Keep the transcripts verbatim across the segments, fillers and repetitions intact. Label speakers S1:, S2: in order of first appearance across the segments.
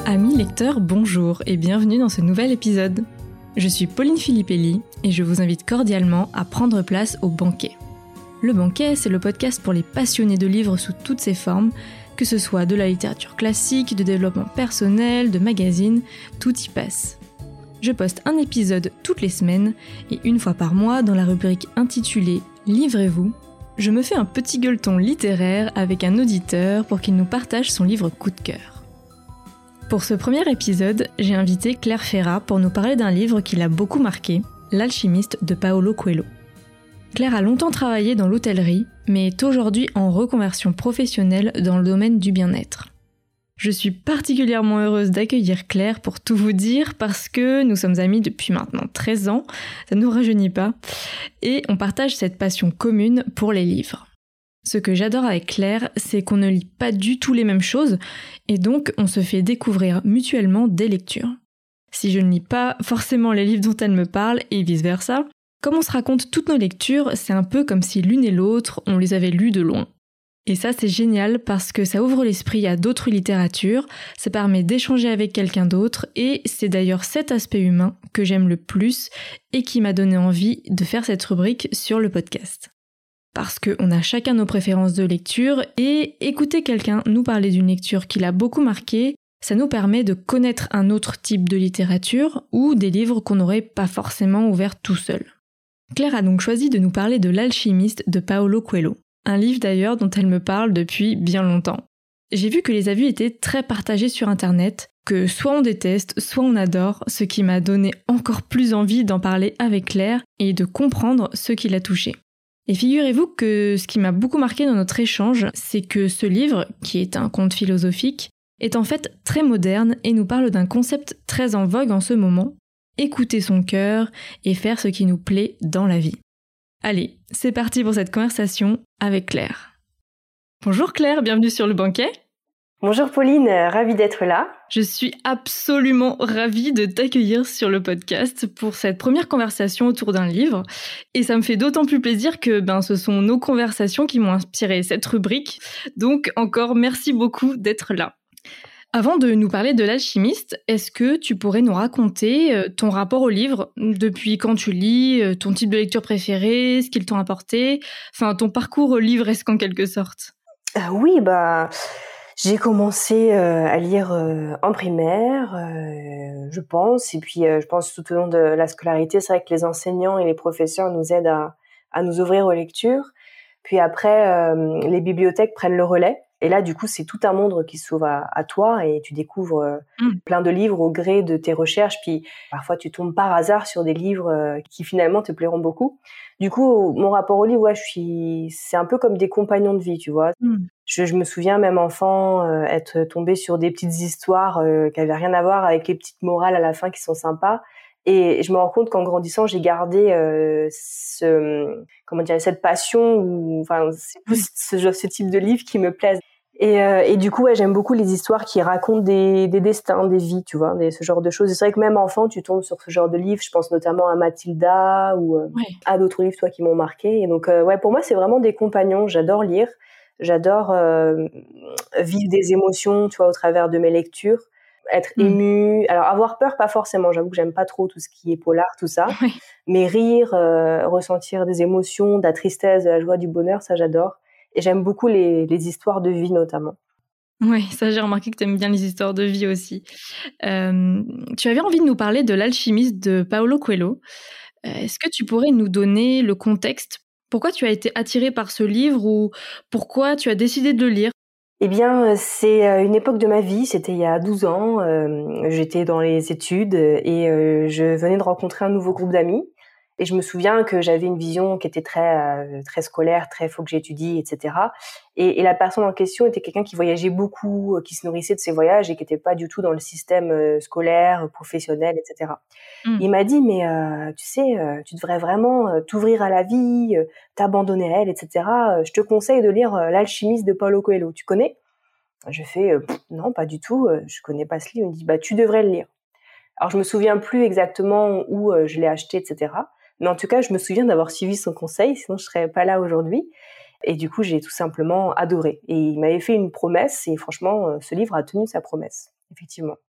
S1: Amis lecteurs, bonjour et bienvenue dans ce nouvel épisode. Je suis Pauline Filippelli et je vous invite cordialement à prendre place au banquet. Le banquet, c'est le podcast pour les passionnés de livres sous toutes ses formes, que ce soit de la littérature classique, de développement personnel, de magazines, tout y passe. Je poste un épisode toutes les semaines et une fois par mois dans la rubrique intitulée « Livrez-vous », je me fais un petit gueuleton littéraire avec un auditeur pour qu'il nous partage son livre coup de cœur. Pour ce premier épisode, j'ai invité Claire Ferrat pour nous parler d'un livre qui l'a beaucoup marqué, L'Alchimiste de Paulo Coelho. Claire a longtemps travaillé dans l'hôtellerie, mais est aujourd'hui en reconversion professionnelle dans le domaine du bien-être. Je suis particulièrement heureuse d'accueillir Claire pour tout vous dire parce que nous sommes amis depuis maintenant treize ans, ça ne nous rajeunit pas, et on partage cette passion commune pour les livres. Ce que j'adore avec Claire, c'est qu'on ne lit pas du tout les mêmes choses, et donc on se fait découvrir mutuellement des lectures. Si je ne lis pas forcément les livres dont elle me parle, et vice-versa, comme on se raconte toutes nos lectures, c'est un peu comme si l'une et l'autre, on les avait lues de loin. Et ça c'est génial parce que ça ouvre l'esprit à d'autres littératures, ça permet d'échanger avec quelqu'un d'autre, et c'est d'ailleurs cet aspect humain que j'aime le plus, et qui m'a donné envie de faire cette rubrique sur le podcast. Parce qu'on a chacun nos préférences de lecture et écouter quelqu'un nous parler d'une lecture qui l'a beaucoup marqué, ça nous permet de connaître un autre type de littérature ou des livres qu'on n'aurait pas forcément ouverts tout seul. Claire a donc choisi de nous parler de L'Alchimiste de Paulo Coelho, un livre d'ailleurs dont elle me parle depuis bien longtemps. J'ai vu que les avis étaient très partagés sur internet, que soit on déteste, soit on adore, ce qui m'a donné encore plus envie d'en parler avec Claire et de comprendre ce qui l'a touchée. Et figurez-vous que ce qui m'a beaucoup marqué dans notre échange, c'est que ce livre, qui est un conte philosophique, est en fait très moderne et nous parle d'un concept très en vogue en ce moment, écouter son cœur et faire ce qui nous plaît dans la vie. Allez, c'est parti pour cette conversation avec Claire. Bonjour Claire, bienvenue sur le banquet.
S2: Bonjour Pauline, ravie d'être là.
S1: Je suis absolument ravie de t'accueillir sur le podcast pour cette première conversation autour d'un livre. Et ça me fait d'autant plus plaisir que ben, ce sont nos conversations qui m'ont inspiré cette rubrique. Donc encore merci beaucoup d'être là. Avant de nous parler de L'Alchimiste, est-ce que tu pourrais nous raconter ton rapport au livre, depuis quand tu lis, ton type de lecture préféré, ce qu'ils t'ont apporté, enfin ton parcours livresque en quelque sorte?
S2: Ah oui, bah... J'ai commencé euh, à lire euh, en primaire, euh, je pense, et puis euh, je pense tout au long de la scolarité, c'est vrai que les enseignants et les professeurs nous aident à, à nous ouvrir aux lectures. Puis après, euh, les bibliothèques prennent le relais, et là, du coup, c'est tout un monde qui s'ouvre à, à toi, et tu découvres euh, mmh. plein de livres au gré de tes recherches, puis parfois tu tombes par hasard sur des livres euh, qui finalement te plairont beaucoup. Du coup, mon rapport au livre, ouais, je suis, c'est un peu comme des compagnons de vie, tu vois. Mmh. Je, je me souviens même enfant euh, être tombée sur des petites histoires euh, qui avaient rien à voir avec les petites morales à la fin qui sont sympas. Et je me rends compte qu'en grandissant, j'ai gardé euh, ce, comment dire, cette passion ou, enfin, c'est plus ce, ce type de livres qui me plaisent. Et, euh, et du coup, ouais, j'aime beaucoup les histoires qui racontent des, des destins, des vies, tu vois, des, ce genre de choses. Et c'est vrai que même enfant, tu tombes sur ce genre de livres. Je pense notamment à Mathilda ou euh, ouais. à d'autres livres, toi, qui m'ont marqué. Et donc, euh, ouais, pour moi, c'est vraiment des compagnons. J'adore lire. J'adore euh, vivre des émotions, tu vois, au travers de mes lectures. Être mmh. émue. Alors, avoir peur, pas forcément. J'avoue que j'aime pas trop tout ce qui est polar, tout ça. Oui. Mais rire, euh, ressentir des émotions, de la tristesse, de la joie, du bonheur, ça, j'adore. Et j'aime beaucoup les, les histoires de vie, notamment.
S1: Oui, ça, j'ai remarqué que tu aimes bien les histoires de vie aussi. Euh, tu avais envie de nous parler de L'Alchimiste de Paulo Coelho. Euh, est-ce que tu pourrais nous donner le contexte? Pourquoi tu as été attirée par ce livre ou pourquoi tu as décidé de le lire?
S2: Eh bien, c'est une époque de ma vie, c'était il y a douze ans. Euh, j'étais dans les études et euh, je venais de rencontrer un nouveau groupe d'amis. Et je me souviens que j'avais une vision qui était très euh, très scolaire, très faut que j'étudie, et cetera. Et, et la personne en question était quelqu'un qui voyageait beaucoup, qui se nourrissait de ses voyages et qui n'était pas du tout dans le système euh, scolaire, professionnel, et cetera. Mmh. Il m'a dit, mais euh, tu sais, euh, tu devrais vraiment euh, t'ouvrir à la vie, euh, t'abandonner à elle, et cetera. Je te conseille de lire euh, L'Alchimiste de Paulo Coelho. Tu connais? Je fais, euh, non, pas du tout, euh, je connais pas ce livre. Il me dit, bah tu devrais le lire. Alors je me souviens plus exactement où euh, je l'ai acheté, et cetera. Mais en tout cas, je me souviens d'avoir suivi son conseil, sinon je serais pas là aujourd'hui. Et du coup, j'ai tout simplement adoré. Et il m'avait fait une promesse, et franchement, ce livre a tenu sa promesse, effectivement.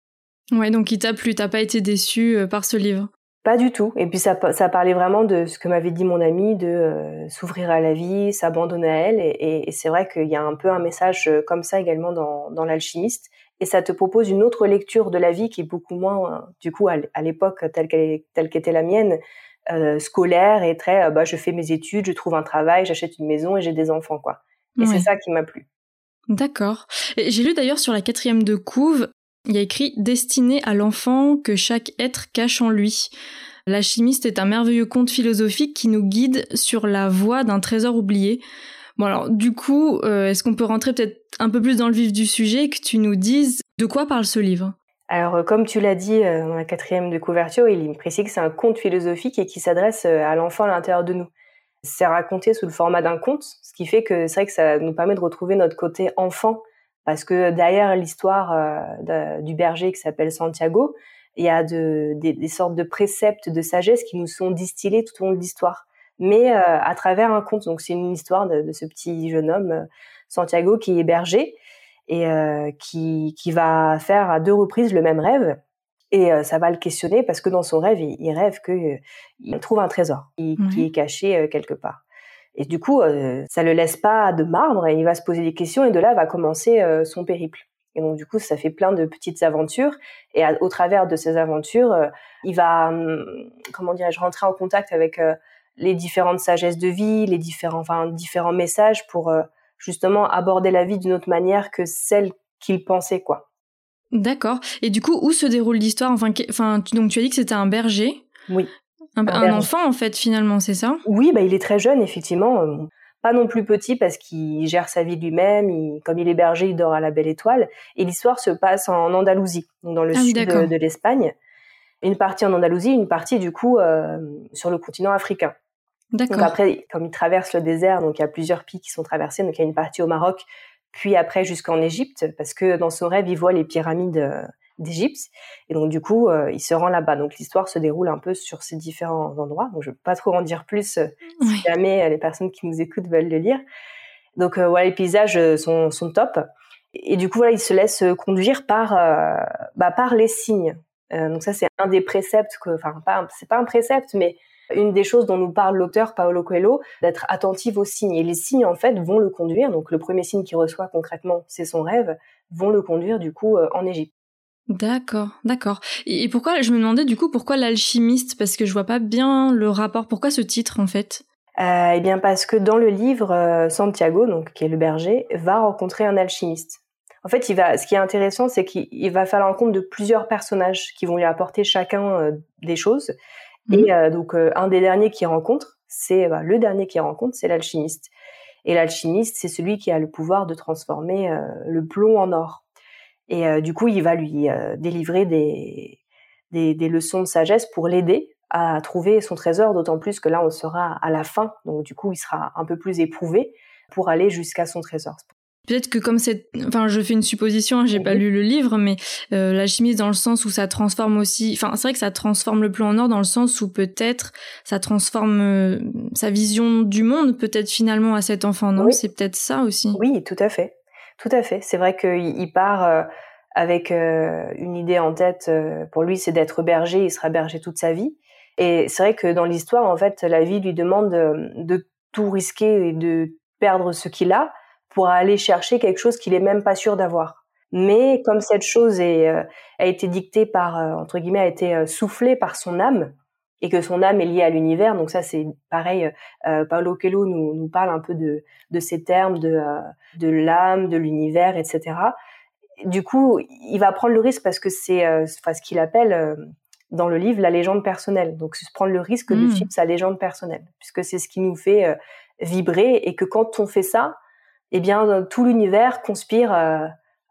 S1: Ouais, donc il t'a plu, t'as pas été déçue euh, par ce livre?
S2: Pas du tout. Et puis ça, ça parlait vraiment de ce que m'avait dit mon ami, de euh, s'ouvrir à la vie, s'abandonner à elle. Et, et, et c'est vrai qu'il y a un peu un message comme ça également dans, dans L'Alchimiste. Et ça te propose une autre lecture de la vie qui est beaucoup moins, du coup, à, à l'époque telle qu'elle, telle qu'était la mienne, euh, scolaire et très, euh, bah, je fais mes études, je trouve un travail, j'achète une maison et j'ai des enfants, quoi. Et
S1: Ouais.
S2: c'est ça qui m'a plu.
S1: D'accord. Et j'ai lu d'ailleurs sur la quatrième de couve, il y a écrit « Destiné à l'enfant que chaque être cache en lui ». L'Alchimiste est un merveilleux conte philosophique qui nous guide sur la voie d'un trésor oublié. Bon alors, du coup, euh, est-ce qu'on peut rentrer peut-être un peu plus dans le vif du sujet, que tu nous dises de quoi parle ce livre ?
S2: Alors, euh, comme tu l'as dit euh, dans la quatrième de couverture, il précise que c'est un conte philosophique et qui s'adresse euh, à l'enfant à l'intérieur de nous. C'est raconté sous le format d'un conte, ce qui fait que c'est vrai que ça nous permet de retrouver notre côté enfant, parce que derrière l'histoire euh, de, du berger qui s'appelle Santiago, il y a de, des, des sortes de préceptes de sagesse qui nous sont distillés tout au long de l'histoire, mais euh, à travers un conte. Donc c'est une histoire de, de ce petit jeune homme, euh, Santiago, qui est berger et euh, qui, qui va faire à deux reprises le même rêve. Et euh, ça va le questionner parce que dans son rêve, il, il rêve qu'il euh, trouve un trésor qui,
S1: Ouais.
S2: qui est caché euh, quelque part. Et du coup, euh, ça le laisse pas de marbre et il va se poser des questions et de là va commencer euh, son périple. Et donc du coup, ça fait plein de petites aventures et à, au travers de ces aventures, euh, il va, hum, comment dirais-je, rentrer en contact avec euh, les différentes sagesses de vie, les différents, enfin différents messages pour euh, justement aborder la vie d'une autre manière que celle qu'il pensait, quoi.
S1: D'accord. Et du coup, où se déroule l'histoire ? Enfin, qu'... enfin, tu... donc tu as dit que c'était un berger.
S2: Oui.
S1: Un,
S2: Un,
S1: un enfant, en fait, finalement, c'est ça ?
S2: Oui, bah, il est très jeune, effectivement. Euh, pas non plus petit parce qu'il gère sa vie lui-même. Il, comme il est berger, il dort à la Belle Étoile. Et l'histoire se passe en Andalousie, donc dans le
S1: Ah oui,
S2: sud
S1: d'accord.
S2: de, de l'Espagne. Une partie en Andalousie, une partie, du coup, euh, sur le continent africain.
S1: D'accord.
S2: Donc après, comme il traverse le désert, donc il y a plusieurs pays qui sont traversés. Donc il y a une partie au Maroc, puis après jusqu'en Égypte, parce que dans son rêve, il voit les pyramides euh, d'Égypte. Et donc du coup, euh, il se rend là-bas. Donc l'histoire se déroule un peu sur ces différents endroits. Donc je ne vais pas trop en dire plus euh,
S1: Ouais.
S2: si jamais euh, les personnes qui nous écoutent veulent le lire. Donc euh, voilà, les paysages euh, sont, sont top. Et, et du coup, voilà, il se laisse conduire par, euh, bah, par les signes. Euh, donc ça, c'est un des préceptes, que, enfin, pas, c'est pas un précepte, mais une des choses dont nous parle l'auteur Paulo Coelho, d'être attentive aux signes. Et les signes, en fait, vont le conduire. Donc, le premier signe qu'il reçoit concrètement, c'est son rêve, vont le conduire, du coup, euh, en Égypte.
S1: D'accord, d'accord. Et, et pourquoi, je me demandais, du coup, pourquoi l'alchimiste ? Parce que je vois pas bien le rapport. Pourquoi ce titre, en fait ?
S2: Euh, eh bien, parce que dans le livre, euh, Santiago, donc, qui est le berger, va rencontrer un alchimiste. En fait, il va, ce qui est intéressant, c'est qu'il va faire la rencontre de plusieurs personnages qui vont lui apporter chacun euh, des choses. Mmh. Et euh, donc, euh, un des derniers qu'il rencontre, c'est bah, le dernier qu'il rencontre, c'est l'alchimiste. Et l'alchimiste, c'est celui qui a le pouvoir de transformer euh, le plomb en or. Et euh, du coup, il va lui euh, délivrer des, des, des leçons de sagesse pour l'aider à trouver son trésor, d'autant plus que là, on sera à la fin. Donc, du coup, il sera un peu plus éprouvé pour aller jusqu'à son trésor.
S1: Peut-être que comme c'est... Enfin, je fais une supposition, j'ai mmh. pas lu le livre, mais euh, l'alchimiste dans le sens où ça transforme aussi... Enfin, c'est vrai que ça transforme le plomb en or dans le sens où peut-être ça transforme euh, sa vision du monde, peut-être finalement à cet enfant, non ? Oui. C'est peut-être ça aussi.
S2: Oui, tout à fait. Tout à fait. C'est vrai qu'il part euh, avec euh, une idée en tête. Euh, pour lui, c'est d'être berger. Il sera berger toute sa vie. Et c'est vrai que dans l'histoire, en fait, la vie lui demande de, de tout risquer et de perdre ce qu'il a pour aller chercher quelque chose qu'il est même pas sûr d'avoir. Mais comme cette chose est, euh, a été dictée par, euh, entre guillemets, a été euh, soufflée par son âme, et que son âme est liée à l'univers, donc ça c'est pareil, euh, Paulo Coelho nous, nous parle un peu de, de ces termes, de, euh, de l'âme, de l'univers, et cetera. Du coup, il va prendre le risque parce que c'est euh, enfin, ce qu'il appelle euh, dans le livre la légende personnelle, donc se prendre le risque mmh. de suivre sa légende personnelle, puisque c'est ce qui nous fait euh, vibrer, et que quand on fait ça, eh bien, tout l'univers conspire euh,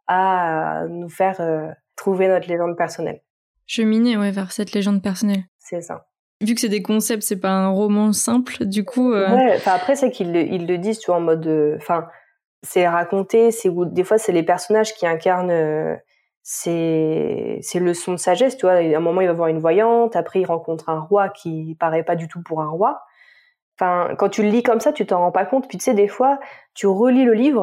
S2: à nous faire euh, trouver notre légende personnelle.
S1: Cheminer, ouais, vers cette légende personnelle.
S2: C'est ça.
S1: Vu que c'est des concepts, c'est pas un roman simple, du coup... Euh...
S2: Ouais, enfin après, c'est qu'ils le, ils le disent, tu vois, en mode... Enfin, euh, c'est raconté, c'est où, des fois, c'est les personnages qui incarnent euh, ces, ces leçons de sagesse, tu vois. À un moment, il va voir une voyante, après, il rencontre un roi qui paraît pas du tout pour un roi. Enfin, quand tu le lis comme ça, tu t'en rends pas compte. Puis tu sais, des fois, tu relis le livre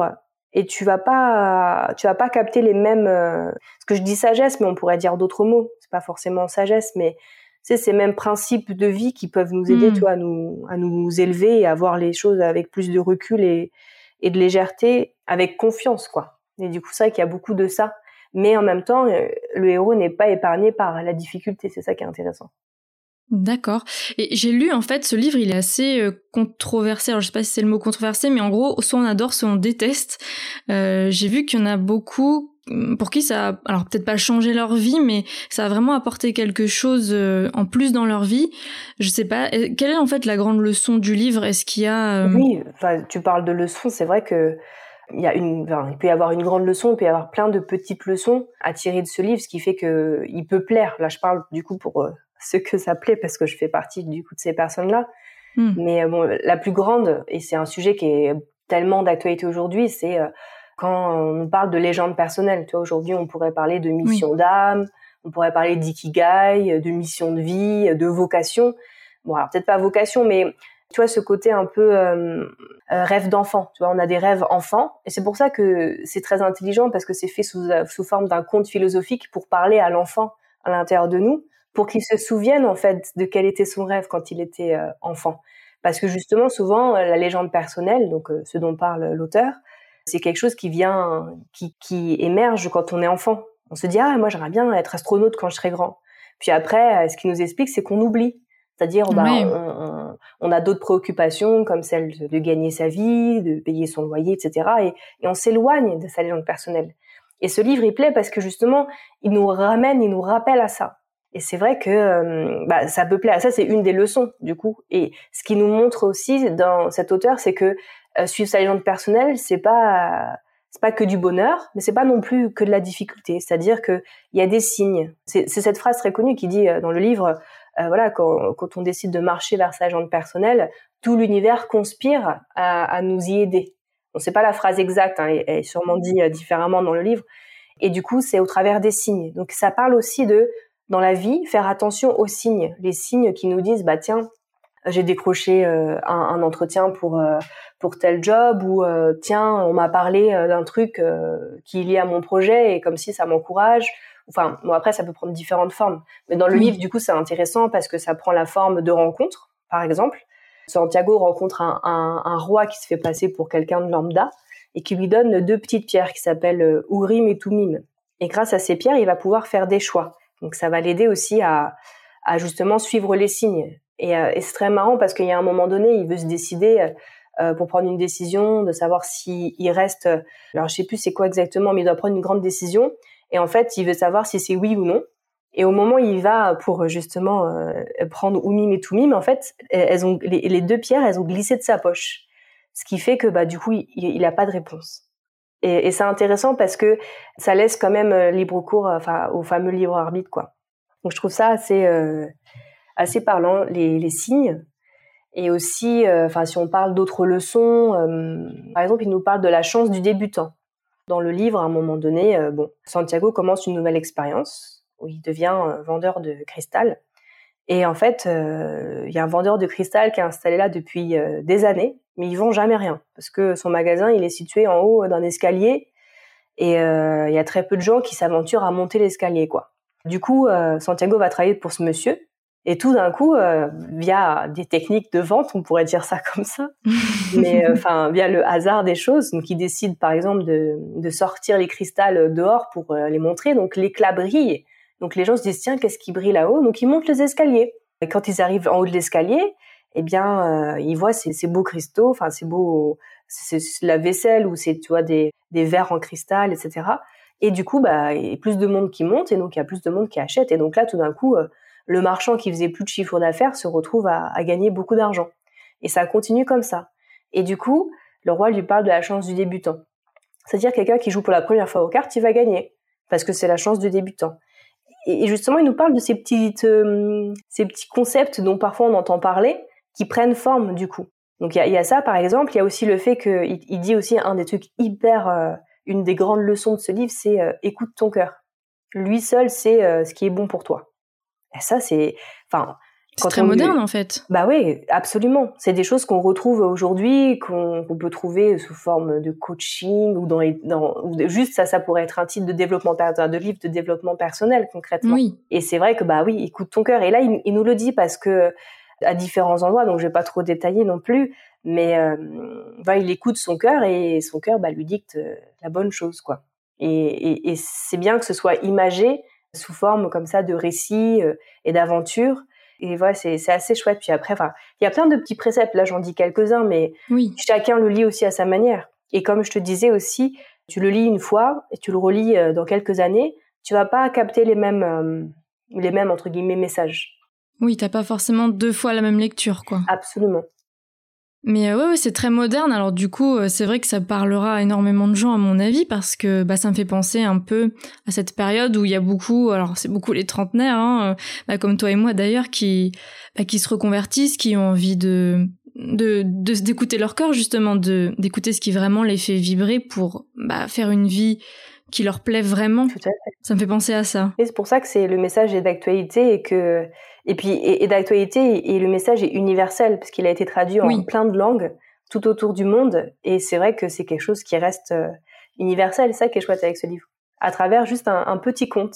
S2: et tu vas pas tu vas pas capter les mêmes euh, ce que je dis sagesse, mais on pourrait dire d'autres mots, c'est pas forcément sagesse, mais c'est ces mêmes principes de vie qui peuvent nous aider, mmh. tu vois, à nous à nous élever et à voir les choses avec plus de recul et et de légèreté, avec confiance, quoi. Et du coup, c'est vrai qu'il y a beaucoup de ça, mais en même temps, le héros n'est pas épargné par la difficulté, c'est ça qui est intéressant.
S1: D'accord. Et j'ai lu, en fait, ce livre, il est assez euh, controversé. Alors, je sais pas si c'est le mot controversé, mais en gros, soit on adore, soit on déteste. Euh, j'ai vu qu'il y en a beaucoup pour qui ça a, alors peut-être pas changé leur vie, mais ça a vraiment apporté quelque chose euh, en plus dans leur vie. Je sais pas, quelle est en fait la grande leçon du livre? Est-ce qu'il y a... Euh...
S2: Oui, enfin, tu parles de leçon, c'est vrai que il y a une, enfin, il peut y avoir une grande leçon, il peut y avoir plein de petites leçons à tirer de ce livre, ce qui fait que il peut plaire. Là, je parle du coup pour euh, ceux que ça plaît, parce que je fais partie du coup de ces personnes-là. Mm. Mais euh, bon, la plus grande, et c'est un sujet qui est tellement d'actualité aujourd'hui, c'est euh, quand on parle de légende personnelle. Tu vois, aujourd'hui, on pourrait parler de mission oui. d'âme, on pourrait parler d'ikigai, de mission de vie, de vocation. Bon, alors peut-être pas vocation, mais tu vois, ce côté un peu euh, euh, rêve d'enfant. Tu vois, on a des rêves enfants, et c'est pour ça que c'est très intelligent, parce que c'est fait sous, sous forme d'un conte philosophique pour parler à l'enfant à l'intérieur de nous, pour qu'il se souvienne en fait de quel était son rêve quand il était euh, enfant. Parce que justement, souvent, la légende personnelle, donc euh, ce dont parle l'auteur, c'est quelque chose qui vient, qui, qui émerge quand on est enfant. On se dit, ah, moi j'aimerais bien être astronaute quand je serai grand. Puis après, ce qu'il nous explique, c'est qu'on oublie. C'est-à-dire, oui. bah, on, on, on a d'autres préoccupations, comme celle de, de gagner sa vie, de payer son loyer, et cetera. Et, et on s'éloigne de sa légende personnelle. Et ce livre, il plaît parce que justement, il nous ramène, il nous rappelle à ça. Et c'est vrai que euh, bah, ça peut plaire. Ça, c'est une des leçons, du coup. Et ce qui nous montre aussi dans cet auteur, c'est que euh, suivre sa légende personnelle, c'est pas... Euh, c'est pas que du bonheur, mais c'est pas non plus que de la difficulté. C'est-à-dire que il y a des signes. C'est, c'est cette phrase très connue qui dit euh, dans le livre, euh, voilà, quand, quand on décide de marcher vers sa légende personnelle, tout l'univers conspire à, à nous y aider. Bon, c'est pas la phrase exacte, hein, elle, elle est sûrement dit euh, différemment dans le livre. Et du coup, c'est au travers des signes. Donc, ça parle aussi de, dans la vie, faire attention aux signes, les signes qui nous disent, bah tiens, j'ai décroché euh, un, un entretien pour euh, pour tel job, ou euh, tiens, on m'a parlé euh, d'un truc euh, qui est lié à mon projet, et comme si ça m'encourage. Enfin, bon, après ça peut prendre différentes formes. Mais dans le oui. livre, du coup, c'est intéressant parce que ça prend la forme de rencontres, par exemple. Santiago rencontre un, un, un roi qui se fait passer pour quelqu'un de lambda et qui lui donne deux petites pierres qui s'appellent Urim et Tumim. Et grâce à ces pierres, il va pouvoir faire des choix. Donc ça va l'aider aussi à, à justement suivre les signes. Et, euh, et c'est très marrant parce qu'il y a un moment donné, il veut se décider euh, pour prendre une décision, de savoir s'il il reste... Alors, je sais plus c'est quoi exactement, mais il doit prendre une grande décision. Et en fait, il veut savoir si c'est oui ou non. Et au moment où il va pour justement euh, prendre Oumim et Toumim, en fait, elles ont, les, les deux pierres, elles ont glissé de sa poche. Ce qui fait que bah, du coup, il, il a pas de réponse. Et, et c'est intéressant parce que ça laisse quand même libre cours enfin, au fameux libre arbitre, quoi. Donc, je trouve ça assez... Euh, assez parlant, les, les signes. Et aussi, enfin, euh, si on parle d'autres leçons, euh, par exemple, il nous parle de la chance du débutant. Dans le livre, à un moment donné, euh, bon, Santiago commence une nouvelle expérience où il devient euh, vendeur de cristal. Et en fait, il euh, y a un vendeur de cristal qui est installé là depuis euh, des années, mais il vend jamais rien parce que son magasin, il est situé en haut d'un escalier et il euh, y a très peu de gens qui s'aventurent à monter l'escalier, quoi. Du coup, euh, Santiago va travailler pour ce monsieur. Et tout d'un coup, euh, via des techniques de vente, on pourrait dire ça comme ça, mais enfin euh, via le hasard des choses, donc il décide par exemple de, de sortir les cristals dehors pour euh, les montrer, donc l'éclat brille, donc les gens se disent tiens qu'est-ce qui brille là-haut, donc ils montent les escaliers. Et quand ils arrivent en haut de l'escalier, eh bien euh, ils voient ces, ces beaux cristaux, enfin ces beaux, c'est, c'est la vaisselle ou c'est tu vois des des verres en cristal, et cetera. Et du coup bah il y a plus de monde qui monte et donc il y a plus de monde qui achète et donc là tout d'un coup euh, le marchand qui faisait plus de chiffre d'affaires se retrouve à, à gagner beaucoup d'argent. Et ça continue comme ça. Et du coup, le roi lui parle de la chance du débutant. C'est-à-dire quelqu'un qui joue pour la première fois aux cartes, il va gagner. Parce que c'est la chance du débutant. Et justement, il nous parle de ces, petites, euh, ces petits concepts dont parfois on entend parler, qui prennent forme du coup. Donc il y a, y a ça par exemple, il y a aussi le fait qu'il il dit aussi un des trucs hyper... Euh, une des grandes leçons de ce livre, c'est euh, écoute ton cœur. Lui seul sait euh, ce qui est bon pour toi. Et ça, c'est, enfin,
S1: C'est très moderne, en fait.
S2: Bah oui, absolument. C'est des choses qu'on retrouve aujourd'hui, qu'on, qu'on peut trouver sous forme de coaching ou dans, les, dans ou de, juste ça, ça pourrait être un titre de développement, de livre de développement personnel concrètement.
S1: Oui.
S2: Et c'est vrai que bah oui, écoute ton cœur. Et là, il, il nous le dit parce que à différents endroits, donc je vais pas trop détailler non plus, mais euh, bah, il écoute son cœur et son cœur bah lui dicte euh, la bonne chose, quoi. Et, et, et c'est bien que ce soit imagé sous forme comme ça de récits euh, et d'aventures. Et voilà, c'est, c'est assez chouette. Puis après, enfin, il y a plein de petits préceptes. Là, j'en dis quelques-uns, mais
S1: oui.
S2: Chacun le lit aussi à sa manière. Et comme je te disais aussi, tu le lis une fois et tu le relis dans quelques années, tu vas pas capter les mêmes, euh, les mêmes entre guillemets messages.
S1: Oui, t'as pas forcément deux fois la même lecture, quoi.
S2: Absolument.
S1: Mais euh, ouais, ouais, c'est très moderne. Alors du coup, euh, c'est vrai que ça parlera à énormément de gens, à mon avis, parce que bah ça me fait penser un peu à cette période où il y a beaucoup, alors c'est beaucoup les trentenaires, hein, euh, bah, comme toi et moi d'ailleurs, qui bah, qui se reconvertissent, qui ont envie de de, de d'écouter leur corps, justement, de d'écouter ce qui vraiment les fait vibrer pour bah faire une vie qui leur plaît vraiment.
S2: Tout à fait.
S1: Ça me fait penser à ça.
S2: Et c'est pour ça que c'est le message est d'actualité et que et puis et, et d'actualité et le message est universel parce qu'il a été traduit en
S1: oui.
S2: plein de langues tout autour du monde et c'est vrai que c'est quelque chose qui reste euh, universel. C'est ça qui est chouette avec ce livre, à travers juste un, un petit conte.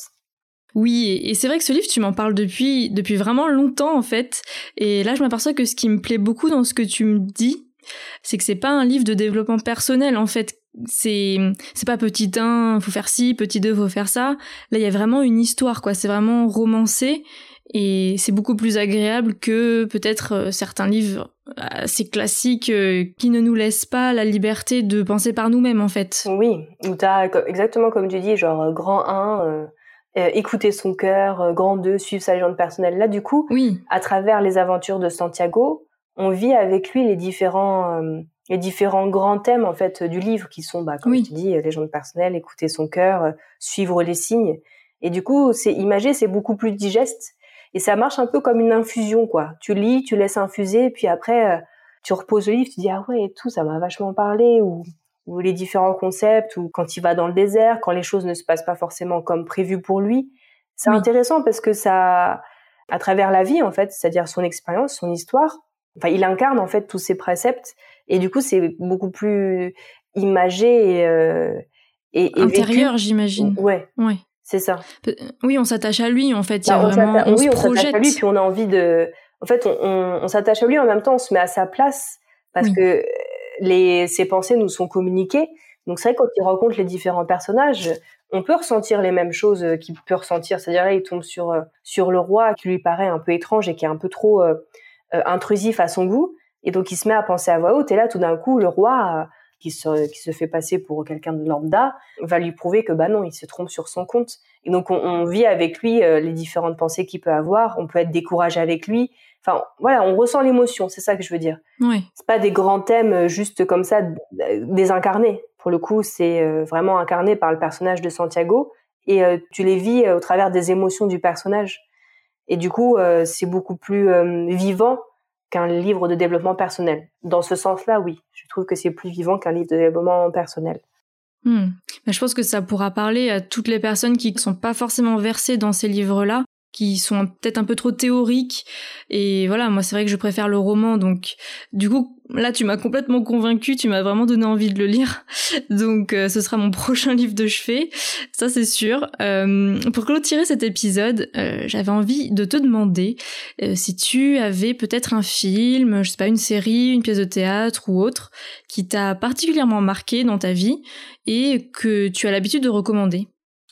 S1: Oui, et c'est vrai que ce livre, tu m'en parles depuis depuis vraiment longtemps en fait. Et là, je m'aperçois que ce qui me plaît beaucoup dans ce que tu me dis, c'est que c'est pas un livre de développement personnel en fait. C'est c'est pas petit un, faut faire ci, petit deux, faut faire ça. Là, il y a vraiment une histoire, quoi. C'est vraiment romancé et c'est beaucoup plus agréable que peut-être euh, certains livres assez classiques euh, qui ne nous laissent pas la liberté de penser par nous-mêmes en fait.
S2: Oui, où t'as exactement comme tu dis, genre grand un. Euh... Euh, écouter son cœur, euh, grand deux, suivre sa légende personnelle. Là, du coup,
S1: oui.
S2: à travers les aventures de Santiago, on vit avec lui les différents, euh, les différents grands thèmes en fait du livre qui sont, bah, comme
S1: oui.
S2: je te dis, légende personnelle, écouter son cœur, euh, suivre les signes. Et du coup, c'est imagé, c'est beaucoup plus digeste et ça marche un peu comme une infusion, quoi. Tu lis, tu laisses infuser, puis après, euh, tu reposes le livre, tu dis ah ouais et tout, ça m'a vachement parlé ou ou les différents concepts, ou quand il va dans le désert, quand les choses ne se passent pas forcément comme prévu pour lui. C'est oui. intéressant parce que ça, à travers la vie, en fait, c'est-à-dire son expérience, son histoire, enfin, il incarne, en fait, tous ces préceptes, et du coup, c'est beaucoup plus imagé et, euh, et, et
S1: intérieur,
S2: vécu.
S1: j'imagine.
S2: Ouais.
S1: Ouais.
S2: C'est ça.
S1: Oui, on s'attache à lui, en fait. Il y a
S2: bah, on
S1: vraiment, on
S2: oui,
S1: se
S2: on
S1: projette.
S2: s'attache à lui, puis on a envie de, en fait, on, on, on s'attache à lui, en même temps, on se met à sa place, parce oui. que les, ses pensées nous sont communiquées. Donc c'est vrai quand il rencontre les différents personnages, on peut ressentir les mêmes choses qu'il peut ressentir. C'est-à-dire là, il tombe sur sur le roi qui lui paraît un peu étrange et qui est un peu trop euh, intrusif à son goût, et donc il se met à penser à voix haute. Et là, tout d'un coup, le roi qui se qui se fait passer pour quelqu'un de lambda va lui prouver que bah non, il se trompe sur son compte. Et donc on, on vit avec lui euh, les différentes pensées qu'il peut avoir. On peut être découragé avec lui. Enfin voilà, on ressent l'émotion. C'est ça que je veux dire.
S1: Oui.
S2: C'est pas des grands thèmes juste comme ça désincarnés. Pour le coup, c'est vraiment incarné par le personnage de Santiago et euh, tu les vis au travers des émotions du personnage. Et du coup, euh, c'est beaucoup plus euh, vivant qu'un livre de développement personnel. Dans ce sens-là, oui, je trouve que c'est plus vivant qu'un livre de développement personnel.
S1: Hmm. Mais je pense que ça pourra parler à toutes les personnes qui ne sont pas forcément versées dans ces livres-là, qui sont peut-être un peu trop théoriques. Et voilà, moi c'est vrai que je préfère le roman, donc du coup là tu m'as complètement convaincue, tu m'as vraiment donné envie de le lire, donc euh, ce sera mon prochain livre de chevet, ça c'est sûr. Euh, pour clôturer cet épisode, euh, j'avais envie de te demander euh, si tu avais peut-être un film, je sais pas, une série, une pièce de théâtre ou autre, qui t'a particulièrement marqué dans ta vie et que tu as l'habitude de recommander.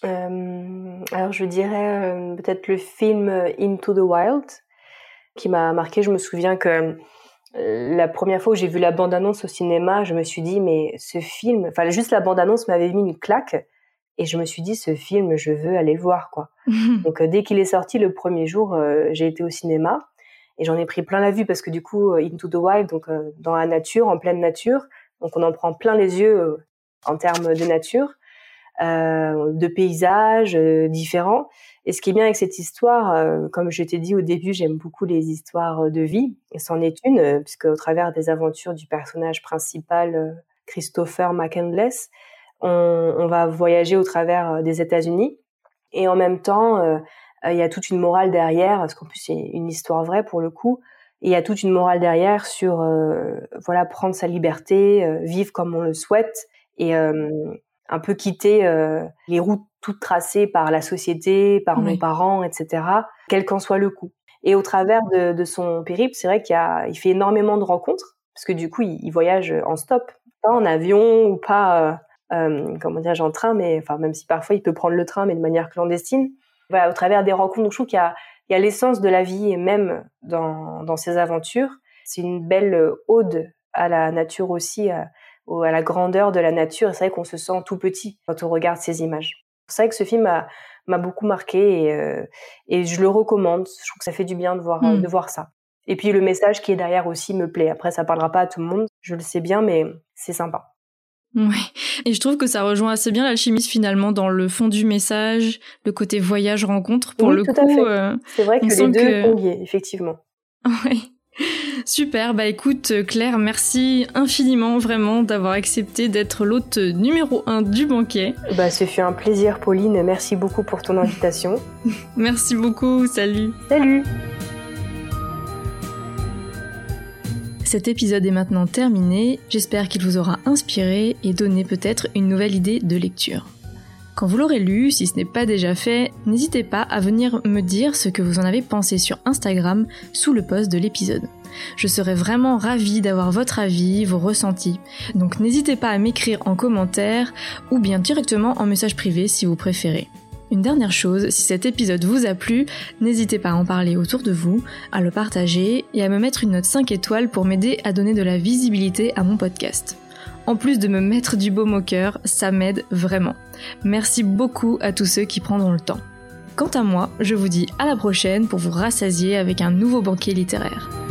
S2: Euh, alors je dirais euh, peut-être le film Into the Wild qui m'a marqué. Je me souviens que euh, la première fois où j'ai vu la bande-annonce au cinéma, je me suis dit mais ce film, enfin juste la bande-annonce m'avait mis une claque et je me suis dit ce film je veux aller le voir quoi. Donc euh, dès qu'il est sorti le premier jour, euh, j'ai été au cinéma et j'en ai pris plein la vue parce que du coup Into the Wild, donc euh, dans la nature, en pleine nature, donc on en prend plein les yeux euh, en termes de nature. Euh, de paysages euh, différents. Et ce qui est bien avec cette histoire, euh, comme je t'ai dit au début, j'aime beaucoup les histoires de vie, et c'en est une, euh, puisque au travers des aventures du personnage principal, euh, Christopher McCandless, on, on va voyager au travers des États-Unis, et en même temps, euh, il y a toute une morale derrière, parce qu'en plus c'est une histoire vraie pour le coup, et il y a toute une morale derrière sur euh, voilà prendre sa liberté, euh, vivre comme on le souhaite, et euh, un peu quitter euh, les routes toutes tracées par la société, par oui. nos parents, et cetera, quel qu'en soit le coût. Et au travers de, de son périple, c'est vrai qu'il y a, il fait énormément de rencontres, parce que du coup, il, il voyage en stop, pas en avion ou pas, euh, euh, comment dirais-je, en train, mais enfin même si parfois il peut prendre le train, mais de manière clandestine. Voilà, au travers des rencontres, donc je trouve qu'il y a, il y a l'essence de la vie, et même dans, dans ses aventures, c'est une belle ode à la nature aussi, à, à la grandeur de la nature. Et c'est vrai qu'on se sent tout petit quand on regarde ces images. C'est vrai que ce film a, m'a beaucoup marqué et, euh, et je le recommande. Je trouve que ça fait du bien de voir, mmh. de voir ça. Et puis le message qui est derrière aussi me plaît. Après, ça parlera pas à tout le monde, je le sais bien, mais c'est sympa.
S1: Oui, et je trouve que ça rejoint assez bien l'alchimiste finalement dans le fond du message, le côté voyage-rencontre. Pour
S2: oui,
S1: le
S2: tout
S1: coup,
S2: à fait.
S1: Euh,
S2: c'est vrai que les deux que... sont liés, effectivement.
S1: Oui. Super, bah écoute Claire, merci infiniment vraiment d'avoir accepté d'être l'hôte numéro un du banquet.
S2: Bah ce fut un plaisir Pauline, merci beaucoup pour ton invitation.
S1: Merci beaucoup, salut.
S2: Salut.
S1: Cet épisode est maintenant terminé, j'espère qu'il vous aura inspiré et donné peut-être une nouvelle idée de lecture. Quand vous l'aurez lu, si ce n'est pas déjà fait, n'hésitez pas à venir me dire ce que vous en avez pensé sur Instagram sous le post de l'épisode. Je serais vraiment ravie d'avoir votre avis, vos ressentis, donc n'hésitez pas à m'écrire en commentaire ou bien directement en message privé si vous préférez. Une dernière chose, si cet épisode vous a plu, n'hésitez pas à en parler autour de vous, à le partager et à me mettre une note cinq étoiles pour m'aider à donner de la visibilité à mon podcast. En plus de me mettre du baume au cœur, ça m'aide vraiment. Merci beaucoup à tous ceux qui prendront le temps. Quant à moi, je vous dis à la prochaine pour vous rassasier avec un nouveau banquet littéraire.